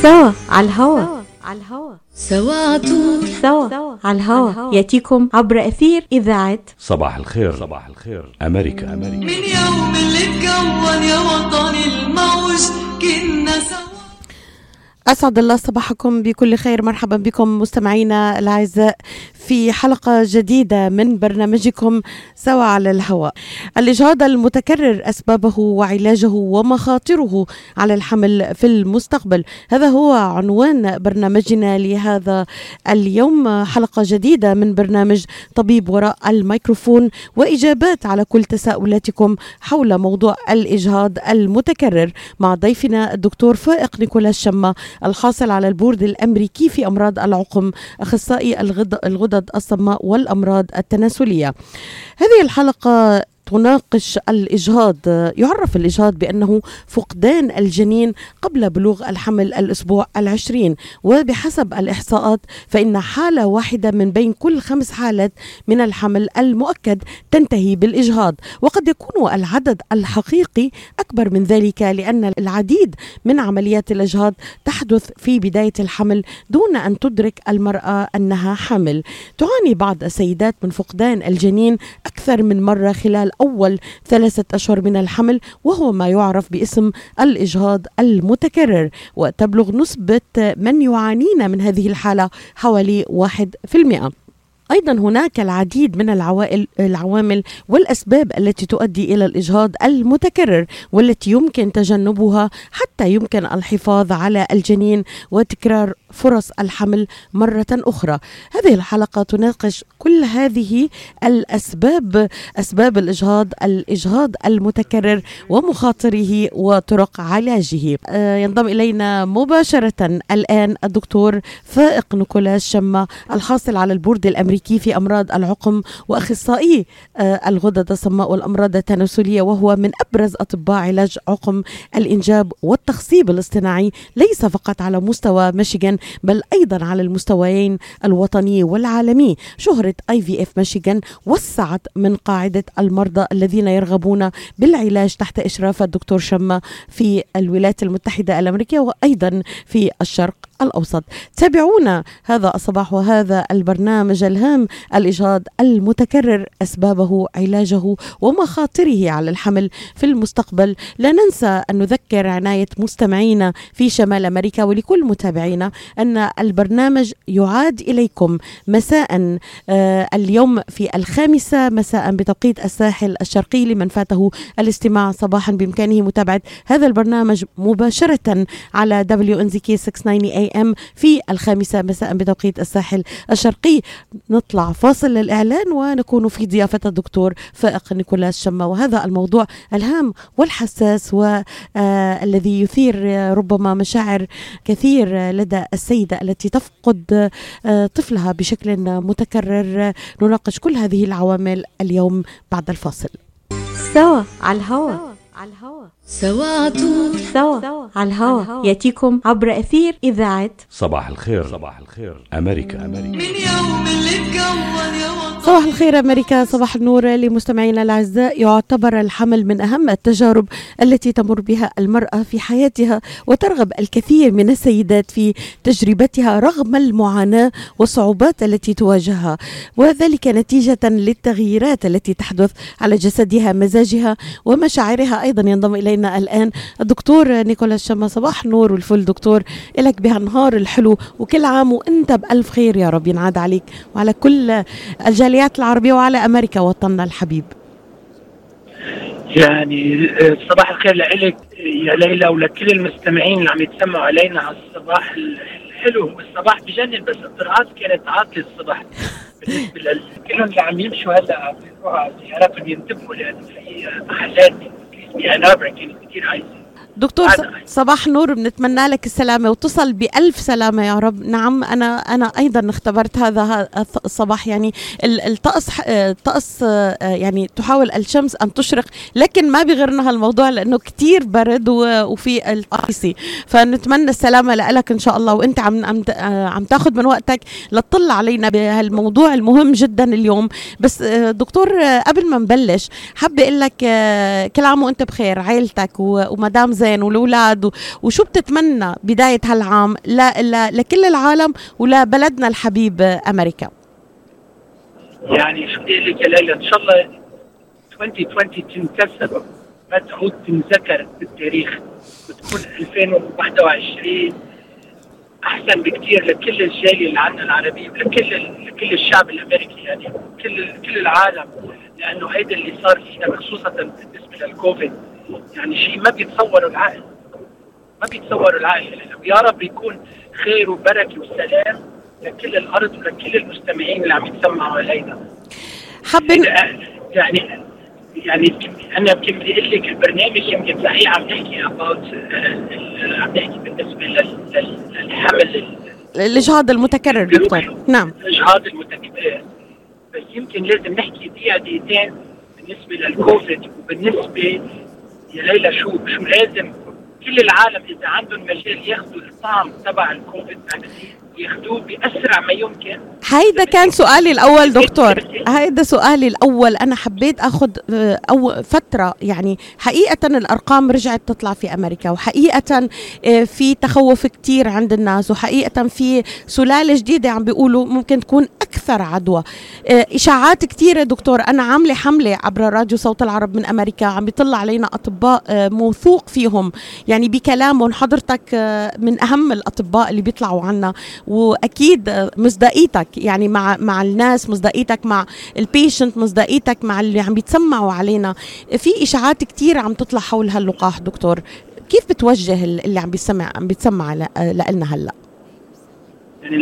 سوا على الهوا سوا على طول سوا على الهوا ياتيكم عبر أثير إذاعة صباح الخير أمريكا. من يوم اللي اتكون يا وطني الموج كنا سوا. أسعد الله صباحكم بكل خير. مرحبا بكم مستمعينا الأعزاء في حلقة جديدة من برنامجكم سوا على الهواء. الإجهاض المتكرر، أسبابه وعلاجه ومخاطره على الحمل في المستقبل، هذا هو عنوان برنامجنا لهذا اليوم. حلقة جديدة من برنامج طبيب وراء الميكروفون، وإجابات على كل تساؤلاتكم حول موضوع الإجهاض المتكرر مع ضيفنا الدكتور فائق نيكولاس شمة، الحاصل على البورد الأمريكي في أمراض العقم، أخصائي الغدد الصماء والأمراض التناسلية. هذه الحلقة تناقش الإجهاض. يعرف الإجهاض بأنه فقدان الجنين قبل بلوغ الحمل الأسبوع 20، وبحسب الإحصاءات فإن حالة واحدة من بين كل 5 حالات من الحمل المؤكد تنتهي بالإجهاض، وقد يكون العدد الحقيقي أكبر من ذلك، لأن العديد من عمليات الإجهاض تحدث في بداية الحمل دون أن تدرك المرأة أنها حامل. تعاني بعض السيدات من فقدان الجنين أكثر من مرة خلال أول 3 أشهر من الحمل، وهو ما يعرف باسم الإجهاض المتكرر، وتبلغ نسبة من يعانين من هذه الحالة حوالي 1%. أيضا هناك العديد من العوامل والأسباب التي تؤدي إلى الإجهاض المتكرر، والتي يمكن تجنبها حتى يمكن الحفاظ على الجنين وتكرار فرص الحمل مرة أخرى. هذه الحلقة تناقش كل هذه الأسباب، أسباب الإجهاض المتكرر ومخاطره وطرق علاجه. ينضم إلينا مباشرة الآن الدكتور فائق نيكولاس شمة، الحاصل على البورد الأمريكي في أمراض العقم وأخصائي الغدد الصماء والأمراض التناسلية، وهو من أبرز أطباء علاج عقم الإنجاب والتخصيب الاصطناعي، ليس فقط على مستوى ميشيغان بل أيضا على المستويين الوطني والعالمي. شهرة IVF ميشيغان وسعت من قاعدة المرضى الذين يرغبون بالعلاج تحت إشراف الدكتور شمة في الولايات المتحدة الأمريكية وأيضا في الشرق الأوسط. تابعونا هذا الصباح وهذا البرنامج الهام، الإجهاض المتكرر، أسبابه، علاجه ومخاطره على الحمل في المستقبل. لا ننسى أن نذكر عناية مستمعينا في شمال أمريكا ولكل متابعينا أن البرنامج يعاد إليكم مساء اليوم في 5 مساء بتوقيت الساحل الشرقي. لمن فاته الاستماع صباحا بإمكانه متابعة هذا البرنامج مباشرة على WNZK 690 AM في 5 مساء بتوقيت الساحل الشرقي. نطلع فاصل للإعلان ونكون في ضيافة الدكتور فائق نيكولاس شمة، وهذا الموضوع الهام والحساس والذي يثير ربما مشاعر كثير لدى السيدة التي تفقد طفلها بشكل متكرر. نناقش كل هذه العوامل اليوم بعد الفاصل. سوا على الهوا سوا على طول سوا على الهوا ياتيكم عبر أثير إذاعة صباح الخير أمريكا. من يوم اللي اتكون يا وطني. صباح الخير أمريكا، صباح النور لمستمعينا الأعزاء. يعتبر الحمل من أهم التجارب التي تمر بها المرأة في حياتها، وترغب الكثير من السيدات في تجربتها رغم المعاناة والصعوبات التي تواجهها، وذلك نتيجة للتغييرات التي تحدث على جسدها، مزاجها ومشاعرها. أيضا ينضم إلينا الآن الدكتور نيكولاس شمة. صباح النور والفل دكتور، إلك بهالنهار الحلو، وكل عام وأنت بألف خير يا رب ينعاد عليك وعلى كل الجاليات العربية وعلى أمريكا وطننا الحبيب. يعني صباح الخير لك يا ليلى ولكل المستمعين اللي عم يتسمعوا علينا على الصباح الحلو. والصباح بجنن، بس الطرقات كانت عاطلة الصبح بالنسبة لكلهم اللي عم يمشوا هلا بيروحوا على زيارات وينتبهوا، لأنه في محلات بأنابر كانت كتير عايزة. دكتور صباح نور، بنتمنى لك السلامة وتصل بألف سلامة يا رب. نعم أنا أيضا اختبرت هذا الصباح، يعني الطقس يعني تحاول الشمس أن تشرق، لكن ما بيغرنا هالموضوع لأنه كتير برد وفي القاسي. فنتمنى السلامة لك إن شاء الله، وأنت عم تاخد من وقتك لتطلع علينا بهالموضوع المهم جدا اليوم. بس دكتور قبل ما نبلش حابة أقول لك كل عام وأنت بخير، عائلتك ومدام زين ولأولاد، وشو بتتمنى بداية هالعام لكل العالم ولبلدنا الحبيب أمريكا؟ يعني شو بدي لك يا ليلى، إن شاء الله 2020 تنكسر، ما تعود تنذكر بالتاريخ، وتكون 2021 أحسن بكتير لكل الجالية اللي عندنا العربية، ولكل الشعب الأمريكي، يعني كل العالم، لأنه هيدا اللي صار فينا خصوصا بالنسبة للكوفيد، يعني شيء ما بيتصوروا العقل، يا رب يكون خير وبركة وسلام لكل الأرض ولكل المستمعين اللي عم يتسمعوا علينا. يعني أنا يمكن بدي أقول لك البرنامج يمكن صحيح عم نحكي بالنسبة للحمل الإجهاض المتكرر دكتور. نعم، الإجهاض المتكرر، بس يمكن لازم نحكي دقيقتين بالنسبة للكوفيد، وبالنسبة يا ليلى شو لازم كل العالم إذا عندهم مجال ياخذوا الطعم تبع الكوفيد فاكسين ياخذوه بأسرع ما يمكن. هيدا كان سؤالي الأول دكتور، هيدا سؤالي الأول. أنا حبيت أخذ فترة، يعني حقيقة الأرقام رجعت تطلع في أمريكا، وحقيقة في تخوف كتير عند الناس، وحقيقة في سلالة جديدة عم بيقولوا ممكن تكون أكثر عدوى. إشاعات كتيرة دكتور. أنا عاملة حملة عبر راديو صوت العرب من أمريكا، عم بيطلع علينا أطباء موثوق فيهم، يعني بكلامهم حضرتك من أهم الأطباء اللي بيطلعوا عنا، واكيد مصداقيتك يعني مع الناس، مصداقيتك مع البيشنت، مصداقيتك مع اللي عم بيتسمعوا علينا. في اشاعات كتير عم تطلع حول هاللقاح دكتور، كيف بتوجه اللي عم بيتسمع لنا هلا؟ يعني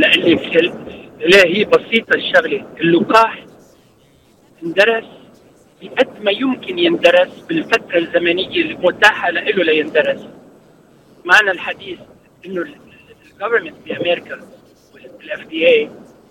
لا هي بسيطه الشغله، اللقاح اندرس بقد ما يمكن يندرس بالفتره الزمنيه المتاحه له ليندرس. معنى الحديث انه الجفرمنت بأمريكا والFDA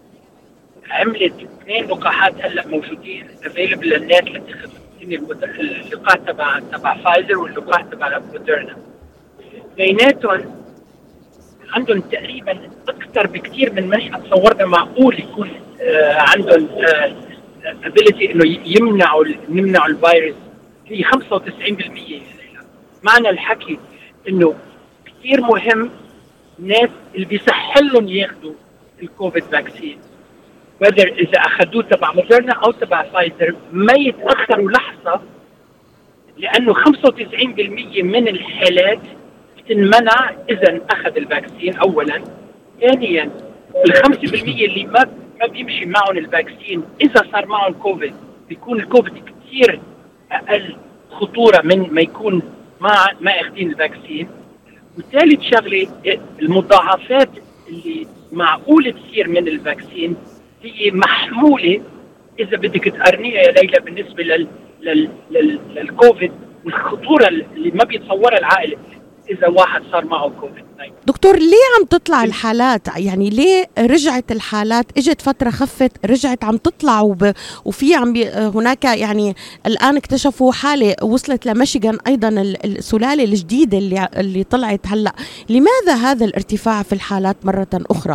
عملت 2 لقاحات هلا موجودين افيلبل للناس لتاخذ، اللقاح تبع فايزر واللقاح تبع موديرنا، بيناتهم عندهم تقريبا اكثر بكثير من ما احنا تصورنا معقول يكون عندهم ability انه يمنعوا الفيروس. هي 95%. معنى الحكي انه كثير مهم الناس اللي بيصح لهم ياخذوا الكوفيد فاكسين، إذا أخذوه تبع موديرنا أو تبع فايزر، ما يتأخروا لحظة، لأنه 95% من الحالات بتنمنع إذا أخذ الفاكسين أولا. ثانيا ال5% اللي ما بيمشي معهم الفاكسين إذا صار معهم كوفيد، بيكون الكوفيد كتير أقل خطورة من ما يكون ما أخذين الفاكسين. وثالث شغله المضاعفات اللي معقول تصير من الفاكسين هي محموله اذا بدك تقارنيها يا ليلى بالنسبه للكوفيد، والخطوره اللي ما بيتصورها العقل اذا واحد صار معه كوفيد. دكتور ليه عم تطلع الحالات؟ يعني ليه رجعت الحالات؟ اجت فتره خفت، رجعت عم تطلع وفي هناك يعني الان اكتشفوا حاله وصلت لميشيغان ايضا، السلاله الجديده اللي طلعت هلا. لماذا هذا الارتفاع في الحالات مره اخرى؟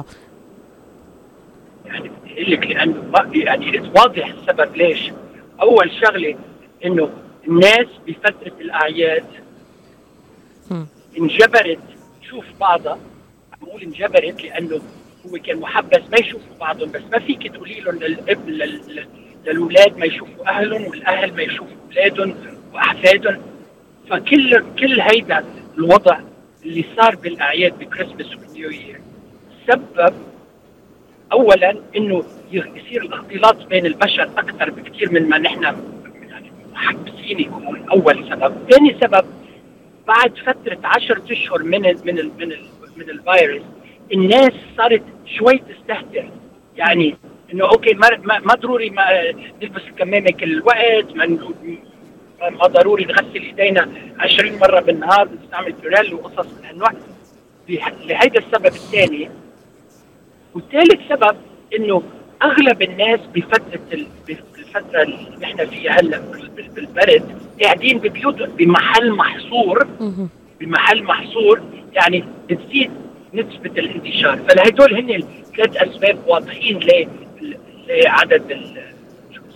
يعني بدي اقول لك لانه يعني واضح السبب ليش. اول شغله انه الناس بفتره الاعياد انجبرت تشوف بعضها. بقول انجبرت لانه هو كان محبس ما يشوفوا بعضهم، بس ما فيك تقولي لهم للاولاد ما يشوفوا اهلهم، والاهل ما يشوفوا اولادهم واحفادهم. فكل هيدا الوضع اللي صار بالاعياد بكريسماس ونيو يير سبب اولا انه يصير الاختلاط بين البشر اكثر بكثير من ما نحن يعني محبسين يكون اول سبب. ثاني سبب بعد فترة 10 أشهر من الفيروس الناس صارت شوي تستهتر، يعني انه اوكي ما ضروري ما نلبس الكمامة كل الوقت، ما ضروري نغسل ايدينا 20 مرة بالنهار، نستعمل بيريل وقصص من هالنوع. لهيدا السبب الثاني. والثالث سبب انه اغلب الناس بالفترة اللي نحن فيها هلا بالبرد قاعدين ببيوتهم بمحل محصور، يعني بتزيد نسبة الانتشار. فلهدول هن 3 أسباب واضحين لعدد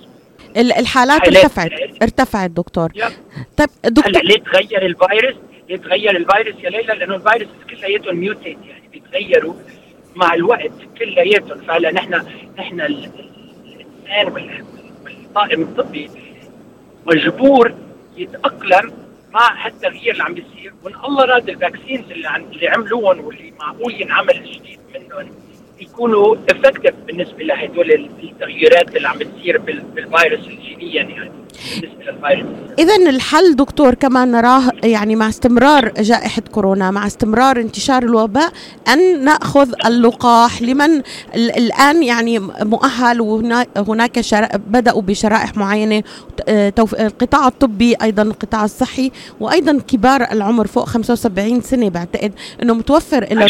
الحالات ارتفعت دكتور. طيب دكتور ليه تغير الفيروس؟ يتغير الفيروس يا ليلى، لانه الفيروس كلياتهم ميوتيت، يعني بيتغيروا مع الوقت كلياتهم. فهلا نحن الانسان والطاقم الطبي مجبور يتاقلم مع هالتغيير اللي عم بيصير، وان الله راد الفاكسينز اللي عملوهم واللي معقول ينعمل الجديد منهم يكونوا افكتيف بالنسبه لهدول التغييرات اللي عم بتصير بالفيروس الجينيا، يعني بالنسبه للفيروس. إذن الحل دكتور كمان نراه يعني مع استمرار جائحة كورونا، مع استمرار انتشار الوباء، أن نأخذ اللقاح لمن الآن يعني مؤهل، وهناك بدأوا بشرائح معينة، القطاع الطبي أيضا القطاع الصحي، وأيضا كبار العمر فوق 75 سنة بعتقد أنه متوفر إلى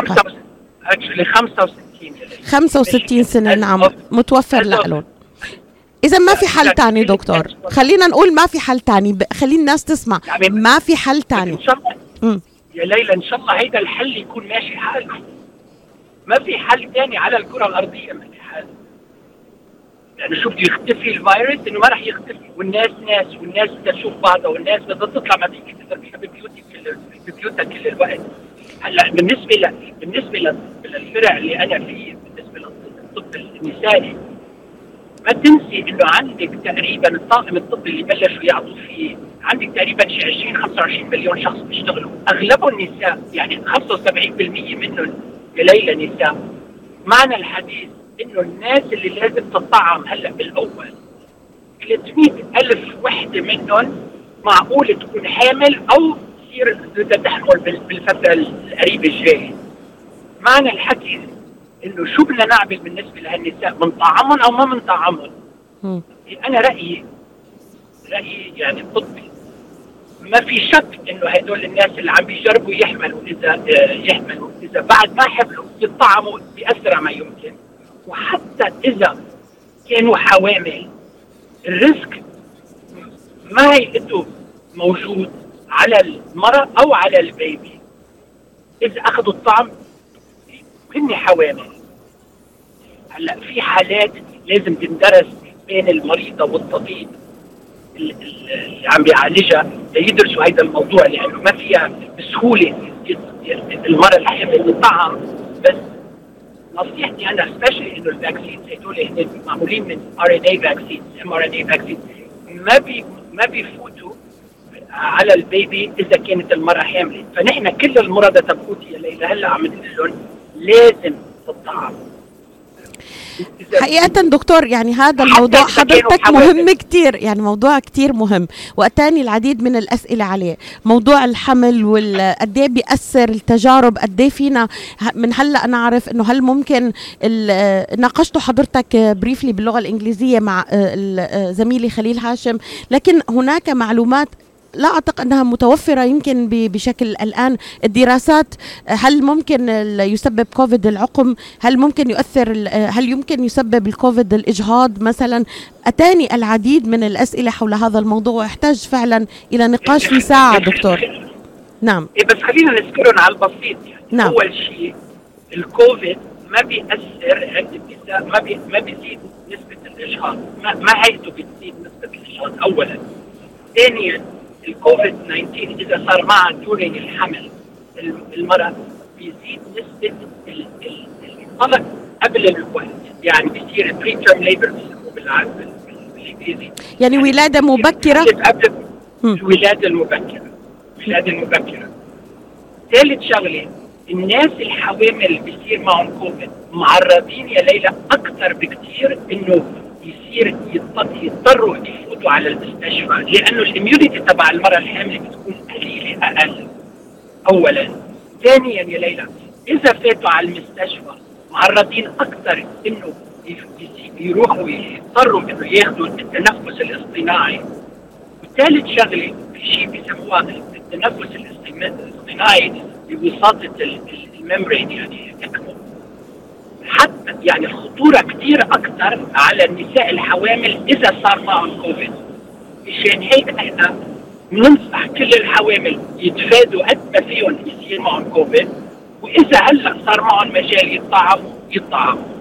65 سنة. نعم متوفر لهم. إذا ما في حل تاني دكتور، خلينا نقول ما في حل تاني، خلي الناس تسمع، ما في حل تاني إن شاء الله يا ليلى، إن شاء الله هيدا الحل يكون ماشي حاله. ما في حل تاني على الكرة الأرضية، ما في حل. يعني شو بده يختفي الفيروس؟ إنه ما رح يختفي، والناس ناس، والناس بدها تشوف بعضها، والناس بدها تطلع، ما فيك تتركيها ببيوتها كل الوقت. هلا بالنسبة للفرع اللي أنا فيه، بالنسبة للطب النسائي، ما تنسي انه عندك تقريبا الطاقم الطبي اللي بلشوا يعطوا فيه، عندك تقريبا شي 20-25 مليون شخص بيشتغلوا، اغلبهم نساء، يعني 75% منهم يا ليلى نساء. معنى الحديث انه الناس اللي لازم تطعم هلا بالاول 300,000 وحده منهم معقول تكون حامل او تصير بدها تحمل بالفتره القريبه الجايه. معنى الحكي انه شو بدنا نعمل بالنسبه لهالنساء، منطعمهم او ما منطعمهم؟ انا رايي يعني طبي، ما في شك انه هدول الناس اللي عم بيجربوا يحملوا، اذا بعد ما حملوا يطعموا باسرع ما يمكن. وحتى اذا كانوا حوامل، الريسك ما هيئته موجود على المرأة او على البيبي اذا اخذوا الطعم هن حوامل. هلا في حالات لازم تندرس بين المريضة والطبيب اللي عم بيعالجها ليدرسوا هذا الموضوع، لانه ما فيها بسهولة المرأة الحامل تطعم. بس نصيحتي انا سبيشلي انه الفاكسين هدول معمولين من RNA فاكسين، mRNA فاكسين، ما بيفوتوا على البيبي اذا كانت المرأة حاملة. فنحن كل المرضى تبعوتي يا ليلى هلا عم نقول لهم لازم تطعم. حقيقة دكتور يعني هذا الموضوع حضرتك مهم كتير، يعني موضوع كتير مهم، وأتاني العديد من الأسئلة عليه. موضوع الحمل والقديه بيأثر التجارب، قديه فينا من هلا نعرف انه هل ممكن ناقشته حضرتك بريفلي باللغة الإنجليزية مع زميلي خليل هاشم، لكن هناك معلومات لا أعتقد أنها متوفرة يمكن بشكل الآن. الدراسات، هل ممكن يسبب كوفيد العقم؟ هل ممكن يؤثر؟ هل يمكن يسبب الكوفيد الإجهاض مثلا؟ أتاني العديد من الأسئلة حول هذا الموضوع، ويحتاج فعلا إلى نقاش في ساعة دكتور. نعم بس خلينا نذكرهم على البسيط. يعني نعم. أول شيء الكوفيد ما بيأثر عند النساء، ما بيزيد نسبة الإجهاض، ما هيئته بتزيد نسبة الإجهاض أولا. ثانيا الكوفيد 19 إذا صار معها دورين الحمل المرأة بيزيد نسبة الطلق قبل الوقت، يعني بيصير بريتيرم ليبر بالإنجليزي، يعني ولادة مبكرة قبل الولادة المبكرة. ثالث شغلة، الناس الحوامل بيصير معهم كوفيد معرضين يا ليلى أكثر بكتير إنه يضطروا يفوتوا على المستشفى، لأنه الإميونيتي تبع المرأة الحامل بتكون قليلة أقل أولا. ثانيا يا ليلى إذا فاتوا على المستشفى معرضين أكثر إنه يروحوا يضطروا إنه ياخذوا التنفس الاصطناعي. وثالث شغلة في شيء بيسموها التنفس الاصطناعي بوساطة الممبرين، يعني تكمل. حتى يعني الخطورة كتير أكثر على النساء الحوامل إذا صار معهم كوفيد. مشان هيك نحن بننصح كل الحوامل يتفادوا قد ما فيهم يصير معهم كوفيد، وإذا هلا صار معهم مجال يطعموا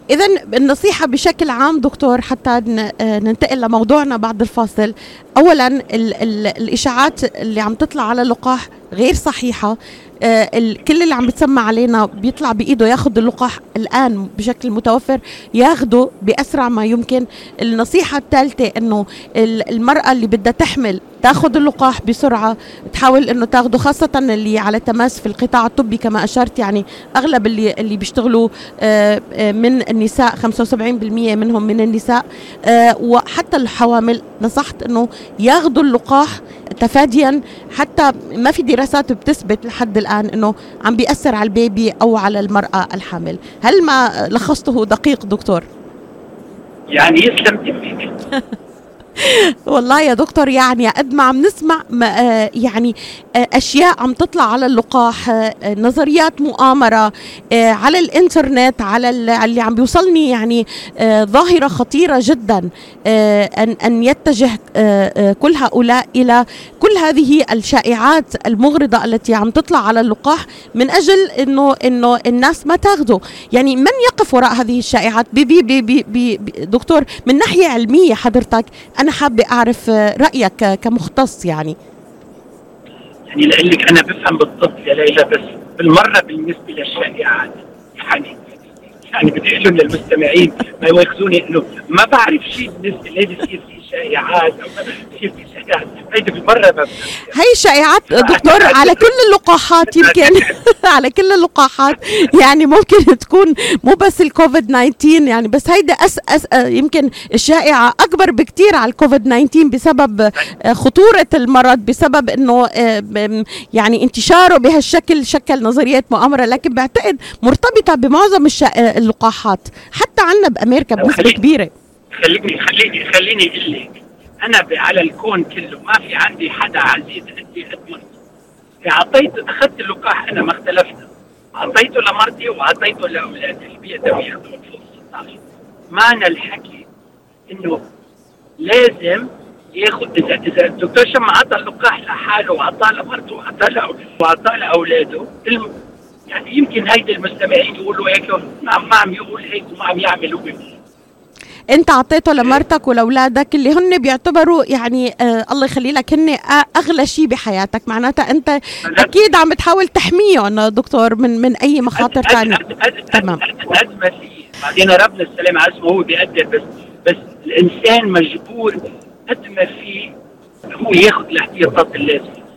إذا النصيحة بشكل عام دكتور حتى ننتقل لموضوعنا بعد الفاصل. أولا الإشاعات اللي عم تطلع على اللقاح غير صحيحة. كل اللي عم بتسمع علينا بيطلع بإيده ياخد اللقاح الآن بشكل متوفر، ياخده بأسرع ما يمكن. النصيحة الثالثة إنه المرأة اللي بدها تحمل تاخد اللقاح بسرعة، تحاول إنه تاخده، خاصة اللي على تماس في القطاع الطبي كما أشرت. يعني أغلب اللي بيشتغلوا من النساء، 75% منهم من النساء، وحتى الحوامل نصحت إنه ياخدوا اللقاح تفاديا. حتى ما في دراسات بتثبت لحد الآن إنه عم بيأثر على البيبي أو على المرأة الحامل. هل ما لخصته دقيق دكتور؟ يعني يسلم تمك. والله يا دكتور يعني قد ما عم نسمع يعني أشياء عم تطلع على اللقاح، نظريات مؤامرة على الإنترنت، على اللي عم بيوصلني، يعني ظاهرة خطيرة جدا أن يتجه كل هؤلاء إلى كل هذه الشائعات المغرضة التي عم تطلع على اللقاح من أجل إنه الناس ما تاخده. يعني من يقف وراء هذه الشائعات دكتور من ناحية علمية حضرتك؟ أنا حابة أعرف رأيك كمختص. يعني لأنك أنا بفهم بالطب يا ليلى، بس بالمرة بالنسبة للشائعات يعني بدي أقول للمستمعين ما يواخذوني إنه ما بعرف شيء بالنسبة ليه بصير في شائعات أو ما بصير في شائعات. هيدي بالمرة ما هي الشائعات دكتور على كل اللقاحات يمكن على كل اللقاحات، يعني ممكن تكون مو بس الكوفيد 19 يعني، بس هيدا يمكن الشائعة أكبر بكتير على الكوفيد 19 بسبب خطورة المرض، بسبب إنه يعني انتشاره بهالشكل شكل نظريات مؤامرة. لكن بعتقد مرتبطة بمعظم اللقاحات حتى عنا بأمريكا بنسبة كبيرة. خليني أقول لك، أنا على الكون كله ما في عندي حدا عزيز عندي أضمن. أخذت اللقاح، أنا ما اختلفنا، أعطيته لمرتي وأعطيته لأولادي اللي بيقدروا ياخذوا فوق 16. معنى الحكي إنه لازم ياخذ. إذا الدكتور شما أعطى اللقاح لحاله وأعطاه لمرته وأعطاه لأولاده، يعني يمكن هيدا المستمعين يقولوا هيك، ما عم يقول هيك وما عم يعملوا بيه. انت اعطيته لمرتك ولاولادك اللي هن بيعتبروا يعني الله يخلي لك هن اغلى شيء بحياتك، معناتها انت اكيد عم بتحاول تحميهم دكتور من اي مخاطر ثانيه. تمام. أزمة فيه بعدين ربنا السلام عزمه، هو بيقدر، بس الانسان مجبور قد ما فيه هو ياخذ الاحتياطات اللازمه.